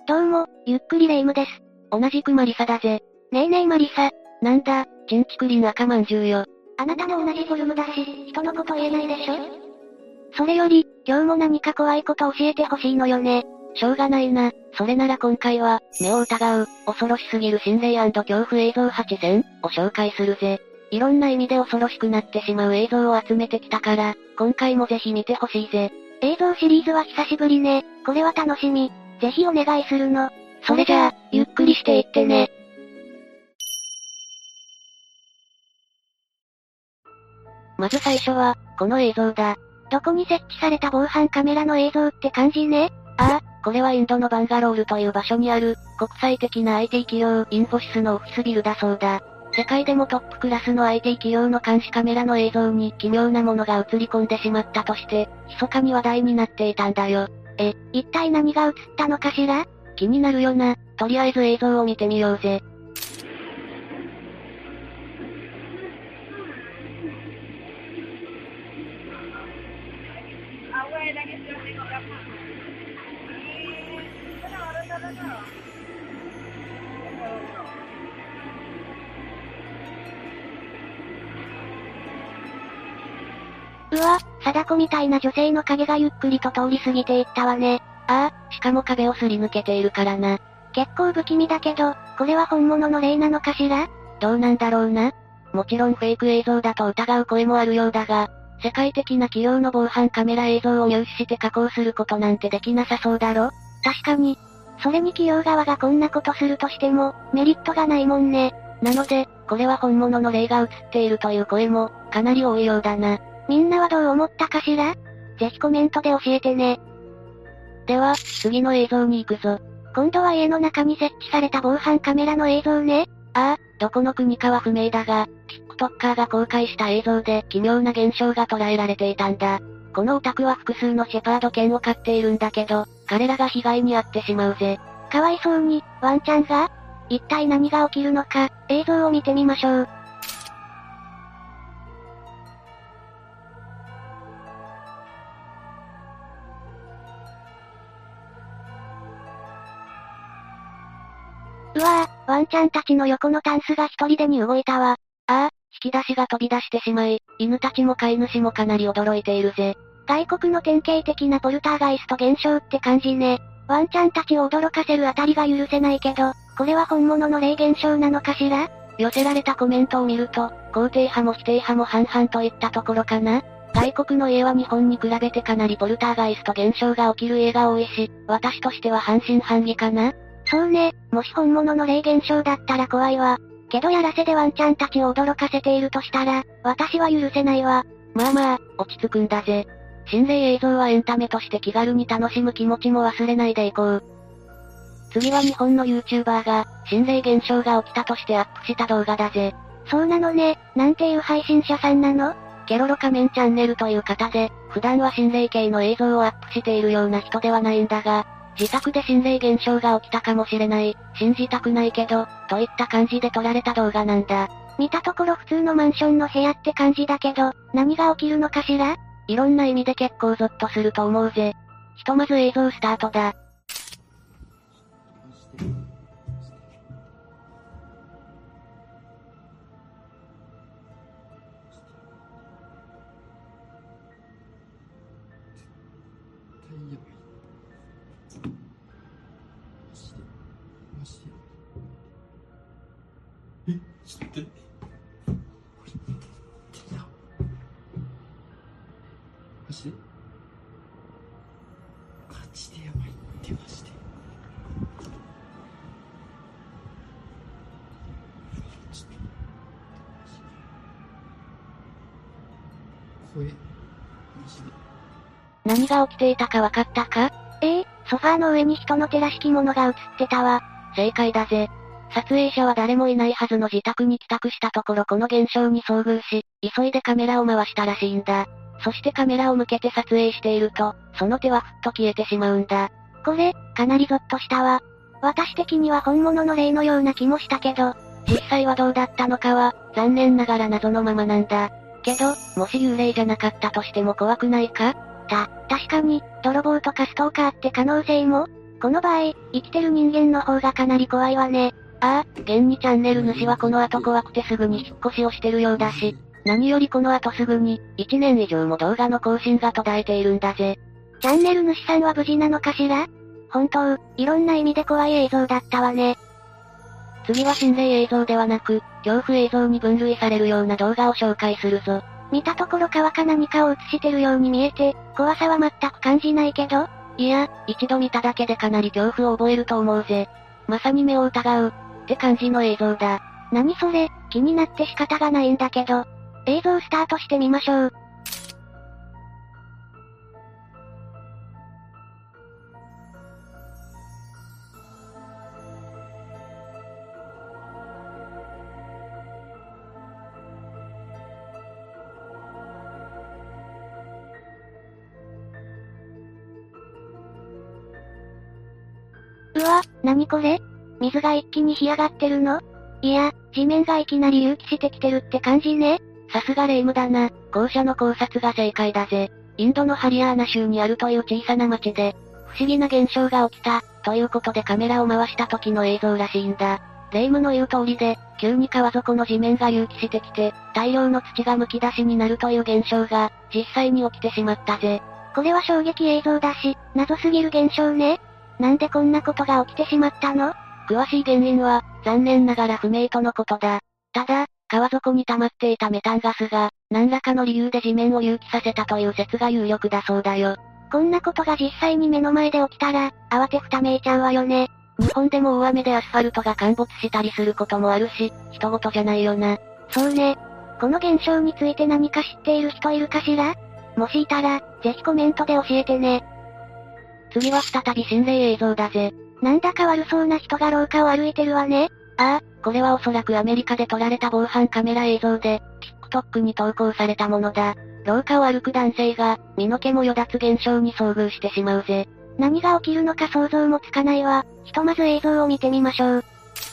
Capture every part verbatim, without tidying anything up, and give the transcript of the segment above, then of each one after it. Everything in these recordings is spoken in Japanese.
どうも、ゆっくりレ夢ムです。 同じくマリサだぜ。 ねえねえマリサ。 なんだ、チンチクリン赤まんじゅうよ。 あなたも同じフォルムだし、人のこと言えないでしょ。それより、今日も何か怖いこと教えてほしいのよね。 しょうがないな。それなら今回は、目を疑う、恐ろしすぎる心霊&恐怖映像はちせんを紹介するぜ。いろんな意味で恐ろしくなってしまう映像を集めてきたから、今回もぜひ見てほしいぜ。 映像シリーズは久しぶりね。これは楽しみ。ぜひお願いするの。 それじゃあ、ゆっくりしていってね。まず最初は、この映像だ。 どこに設置された防犯カメラの映像って感じね。 ああ、これはインドのバンガロールという場所にある、国際的な アイティー 企業、インフォシスのオフィスビルだそうだ。世界でもトップクラスの アイティー 企業の監視カメラの映像に奇妙なものが映り込んでしまったとして、密かに話題になっていたんだよ。 え、一体何が映ったのかしら？ 気になるよな。とりあえず映像を見てみようぜ。 うわ、貞子みたいな女性の影がゆっくりと通り過ぎていったわね。 ああ、しかも壁をすり抜けているからな。 結構不気味だけど、これは本物の霊なのかしら？ どうなんだろうな。もちろんフェイク映像だと疑う声もあるようだが、世界的な企業の防犯カメラ映像を入手して加工することなんてできなさそうだろ？ 確かに。それに企業側がこんなことするとしても、メリットがないもんね。 なので、これは本物の霊が映っているという声も、かなり多いようだな。 みんなはどう思ったかしら？ぜひコメントで教えてね。 では、次の映像に行くぞ。 今度は家の中に設置された防犯カメラの映像ね。 ああ、どこの国かは不明だが、TikToker が公開した映像で奇妙な現象が捉えられていたんだ。このオタクは複数のシェパード犬を飼っているんだけど、彼らが被害に遭ってしまうぜ。 かわいそうに、ワンちゃんが？一体何が起きるのか、映像を見てみましょう。うわぁ、ワンちゃんたちの横のタンスが一人でに動いたわ。 ああ、引き出しが飛び出してしまい、犬たちも飼い主もかなり驚いているぜ。 外国の典型的なポルターガイスト現象って感じね。ワンちゃんたちを驚かせるあたりが許せないけど、これは本物の霊現象なのかしら？ 寄せられたコメントを見ると、肯定派も否定派も半々といったところかな。外国の家は日本に比べてかなりポルターガイスト現象が起きる家が多いし、私としては半信半疑かな。 そうね、もし本物の霊現象だったら怖いわ。けどやらせでワンちゃんたちを驚かせているとしたら、私は許せないわ。 まあまあ、落ち着くんだぜ。心霊映像はエンタメとして気軽に楽しむ気持ちも忘れないでいこう。次は日本の YouTuber が、心霊現象が起きたとしてアップした動画だぜ。 そうなのね、なんていう配信者さんなの？ ケロロ仮面チャンネルという方で、普段は心霊系の映像をアップしているような人ではないんだが、自宅で心霊現象が起きたかもしれない、信じたくないけど、といった感じで撮られた動画なんだ。 見たところ普通のマンションの部屋って感じだけど、何が起きるのかしら？ いろんな意味で結構ゾッとすると思うぜ。ひとまず映像スタートだ。 え、ちょっと待って。マジでマジでやばいってマジで。ちょっと声マジで。 何が起きていたか分かったか？ ええー、ソファーの上に人の手らしきものが映ってたわ。 正解だぜ。撮影者は誰もいないはずの自宅に帰宅したところこの現象に遭遇し、急いでカメラを回したらしいんだ。そしてカメラを向けて撮影していると、その手はふっと消えてしまうんだ。 これ、かなりゾッとしたわ。私的には本物の霊のような気もしたけど、 実際はどうだったのかは、残念ながら謎のままなんだ。けど、もし幽霊じゃなかったとしても怖くないか？ た、確かに、泥棒とかストーカーって可能性も？ この場合、生きてる人間の方がかなり怖いわね。 ああ、現にチャンネル主はこの後怖くてすぐに引っ越しをしてるようだし、何よりこの後すぐに、いちねん以上も動画の更新が途絶えているんだぜ。 チャンネル主さんは無事なのかしら？本当、いろんな意味で怖い映像だったわね。 次は心霊映像ではなく、恐怖映像に分類されるような動画を紹介するぞ。 見たところ川か何かを映してるように見えて、怖さは全く感じないけど？ いや、一度見ただけでかなり恐怖を覚えると思うぜ。まさに目を疑う、って感じの映像だ。 何それ、気になって仕方がないんだけど。映像スタートしてみましょう。うわ、なにこれ？水が一気に干上がってるの？いや、地面がいきなり隆起してきてるって感じね。 さすが霊夢だな。後者の考察が正解だぜ。インドのハリヤーナ州にあるという小さな町で、不思議な現象が起きた、ということでカメラを回した時の映像らしいんだ。霊夢の言う通りで、急に川底の地面が隆起してきて、大量の土がむき出しになるという現象が、実際に起きてしまったぜ。 これは衝撃映像だし、謎すぎる現象ね。なんでこんなことが起きてしまったの？ 詳しい原因は、残念ながら不明とのことだ。ただ、川底に溜まっていたメタンガスが、何らかの理由で地面を隆起させたという説が有力だそうだよ。 こんなことが実際に目の前で起きたら、慌てふためいちゃうわよね。 日本でも大雨でアスファルトが陥没したりすることもあるし、人事じゃないよな。 そうね。この現象について何か知っている人いるかしら？もしいたら、ぜひコメントで教えてね。 次は再び心霊映像だぜ。 なんだか悪そうな人が廊下を歩いてるわね。 ああ、これはおそらくアメリカで撮られた防犯カメラ映像で、TikTok に投稿されたものだ。廊下を歩く男性が、身の毛もよだつ現象に遭遇してしまうぜ。 何が起きるのか想像もつかないわ。ひとまず映像を見てみましょう。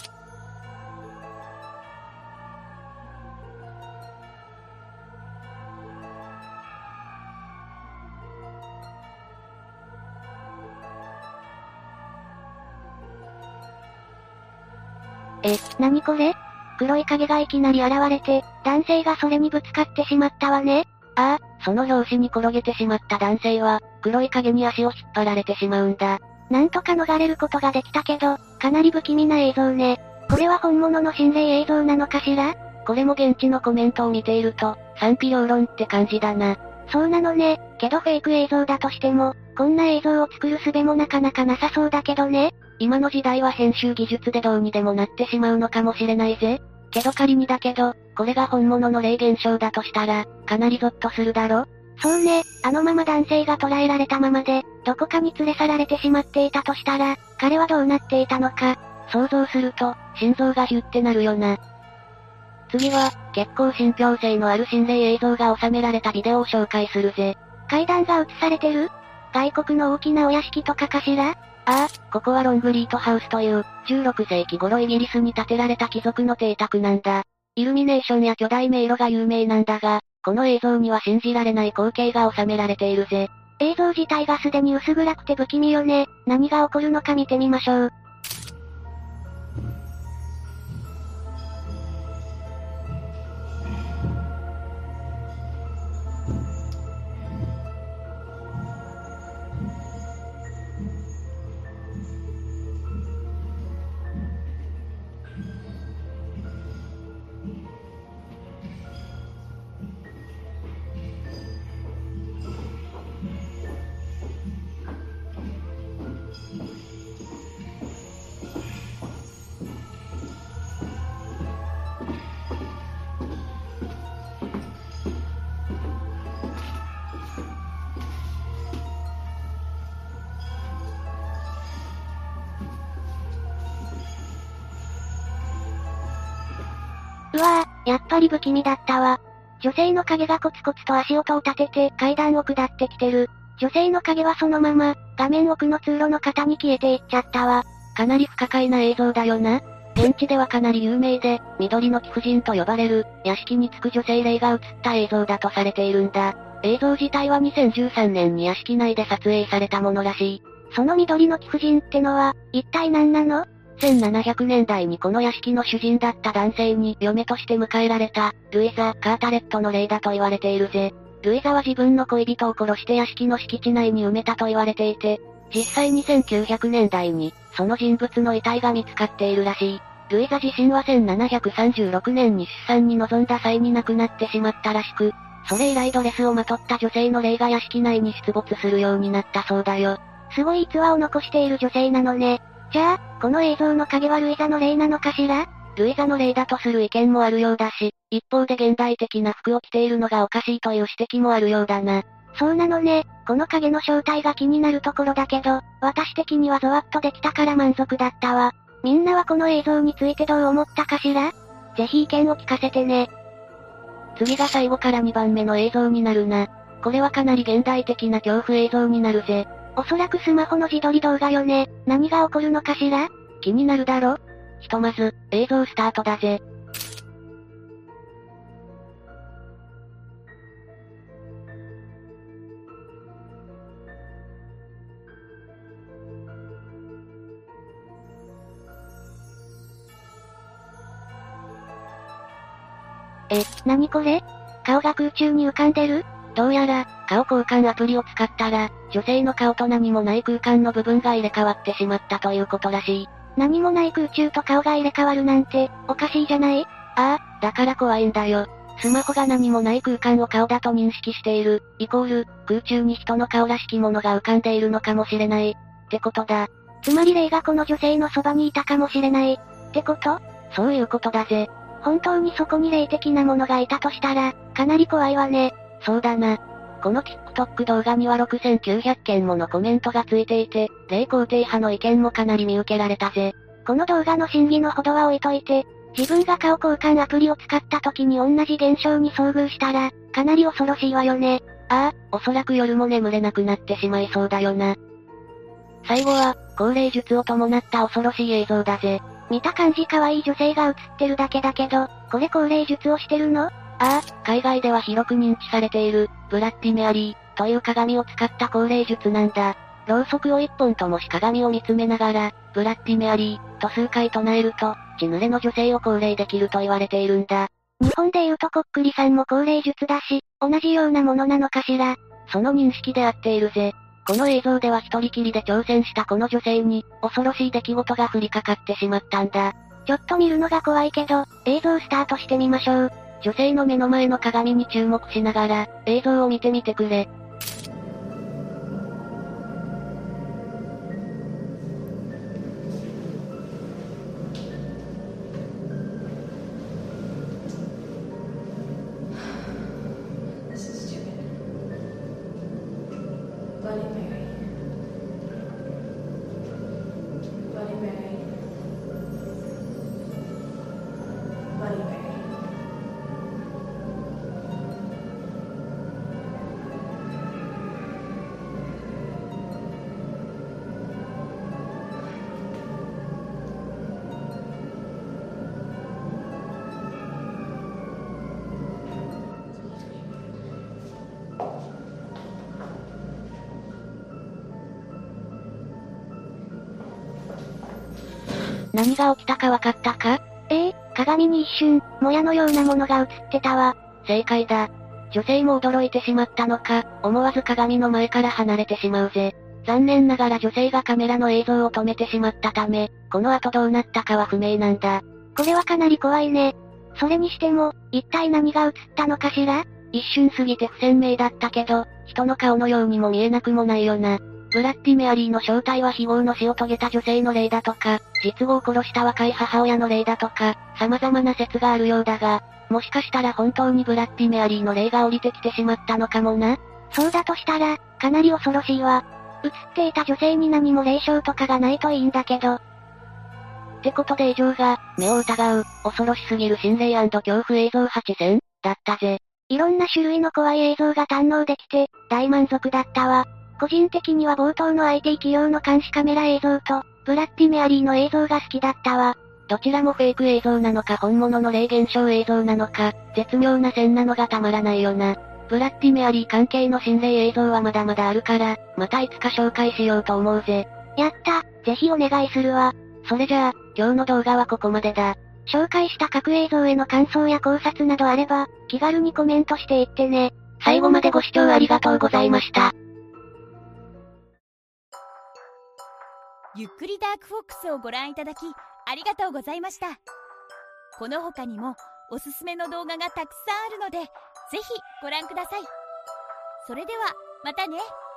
え、なにこれ？黒い影がいきなり現れて、男性がそれにぶつかってしまったわね。 ああ、その拍子に転げてしまった男性は、黒い影に足を引っ張られてしまうんだ。 なんとか逃れることができたけど、かなり不気味な映像ね。これは本物の心霊映像なのかしら？ これも現地のコメントを見ていると、賛否両論って感じだな。 そうなのね。けどフェイク映像だとしても、こんな映像を作る術もなかなかなさそうだけどね。 今の時代は編集技術でどうにでもなってしまうのかもしれないぜ。けど仮にだけど、これが本物の霊現象だとしたら、かなりゾッとするだろ？ そうね、あのまま男性が捕らえられたままで、どこかに連れ去られてしまっていたとしたら、彼はどうなっていたのか。 想像すると、心臓がヒュってなるよな。次は、結構信憑性のある心霊映像が収められたビデオを紹介するぜ。 階段が映されてる？外国の大きなお屋敷とかかしら？ ああ、ここはロングリートハウスという、じゅうろくせいき頃イギリスに建てられた貴族の邸宅なんだ。イルミネーションや巨大迷路が有名なんだが、この映像には信じられない光景が収められているぜ。 映像自体がすでに薄暗くて不気味よね。何が起こるのか見てみましょう。うわぁ、やっぱり不気味だったわ。女性の影がコツコツと足音を立てて階段を下ってきてる。女性の影はそのまま、画面奥の通路の方に消えていっちゃったわ。 かなり不可解な映像だよな。現地ではかなり有名で、緑の貴婦人と呼ばれる、屋敷に着く女性霊が映った映像だとされているんだ。映像自体はにせんじゅうさんねんに屋敷内で撮影されたものらしい。 その緑の貴婦人ってのは、一体何なの？ せんななひゃくねんだいにこの屋敷の主人だった男性に嫁として迎えられた、ルイザ・カータレットの霊だと言われているぜ。ルイザは自分の恋人を殺して屋敷の敷地内に埋めたと言われていて、実際にせんきゅうひゃくねんだいに、その人物の遺体が見つかっているらしい。ルイザ自身はせんななひゃくさんじゅうろくねんに出産に臨んだ際に亡くなってしまったらしく、それ以来ドレスをまとった女性の霊が屋敷内に出没するようになったそうだよ。 すごい逸話を残している女性なのね。じゃあ、この映像の影はルイザの霊なのかしら？ ルイザの霊だとする意見もあるようだし、一方で現代的な服を着ているのがおかしいという指摘もあるようだな。 そうなのね。この影の正体が気になるところだけど、私的にはゾワッとできたから満足だったわ。みんなはこの映像についてどう思ったかしら？ぜひ意見を聞かせてね。 次が最後からにばんめの映像になるな。これはかなり現代的な恐怖映像になるぜ。 おそらくスマホの自撮り動画よね。何が起こるのかしら？ 気になるだろ？ひとまず、映像スタートだぜ。 え、なにこれ？顔が空中に浮かんでる？ どうやら、顔交換アプリを使ったら、女性の顔と何もない空間の部分が入れ替わってしまったということらしい。 何もない空中と顔が入れ替わるなんて、おかしいじゃない？ ああ、だから怖いんだよ。スマホが何もない空間を顔だと認識している、イコール、空中に人の顔らしきものが浮かんでいるのかもしれない、ってことだ。 つまり霊がこの女性のそばにいたかもしれない、ってこと？ そういうことだぜ。 本当にそこに霊的なものがいたとしたら、かなり怖いわね。 そうだな。この TikTok 動画にはろくせんきゅうひゃくけんものコメントがついていて、霊肯定派の意見もかなり見受けられたぜ。 この動画の真偽のほどは置いといて、自分が顔交換アプリを使った時に同じ現象に遭遇したら、かなり恐ろしいわよね。 ああ、おそらく夜も眠れなくなってしまいそうだよな。最後は、高齢術を伴った恐ろしい映像だぜ。 見た感じ可愛い女性が映ってるだけだけど、これ高齢術をしてるの？ ああ、海外では広く認知されている、ブラッディメアリー、という鏡を使った高齢術なんだ。ろうそくを一本ともし鏡を見つめながら、ブラッディメアリー、と数回唱えると、血濡れの女性を高齢できると言われているんだ。 日本で言うとこっくりさんも高齢術だし、同じようなものなのかしら。 その認識で合っているぜ。この映像では一人きりで挑戦したこの女性に、恐ろしい出来事が降りかかってしまったんだ。 ちょっと見るのが怖いけど、映像スタートしてみましょう。 女性の目の前の鏡に注目しながら、映像を見てみてくれ。何が起きたかわかったか？ ええ、鏡に一瞬、もやのようなものが映ってたわ。 正解だ。女性も驚いてしまったのか、思わず鏡の前から離れてしまうぜ。残念ながら女性がカメラの映像を止めてしまったため、この後どうなったかは不明なんだ。 これはかなり怖いね。それにしても、一体何が映ったのかしら？ 一瞬過ぎて不鮮明だったけど、人の顔のようにも見えなくもないよな。ブラッディメアリーの正体は非業の死を遂げた女性の霊だとか、実母を殺した若い母親の霊だとか、様々な説があるようだが、もしかしたら本当にブラッディメアリーの霊が降りてきてしまったのかもな。 そうだとしたら、かなり恐ろしいわ。映っていた女性に何も霊障とかがないといいんだけど。 ってことで以上が、目を疑う、恐ろしすぎる心霊&恐怖映像はちせんだったぜ。 いろんな種類の怖い映像が堪能できて、大満足だったわ。個人的には冒頭の アイティー 企業の監視カメラ映像と、ブラッディメアリーの映像が好きだったわ。 どちらもフェイク映像なのか本物の霊現象映像なのか、絶妙な線なのがたまらないよな。 ブラッディメアリー関係の心霊映像はまだまだあるから、またいつか紹介しようと思うぜ。 やった、ぜひお願いするわ。 それじゃあ、今日の動画はここまでだ。 紹介した各映像への感想や考察などあれば、気軽にコメントしていってね。 最後までご視聴ありがとうございました。 ゆっくりダークフォックスをご覧いただき、ありがとうございました。この他にも、おすすめの動画がたくさんあるので、ぜひご覧ください。それでは、またね。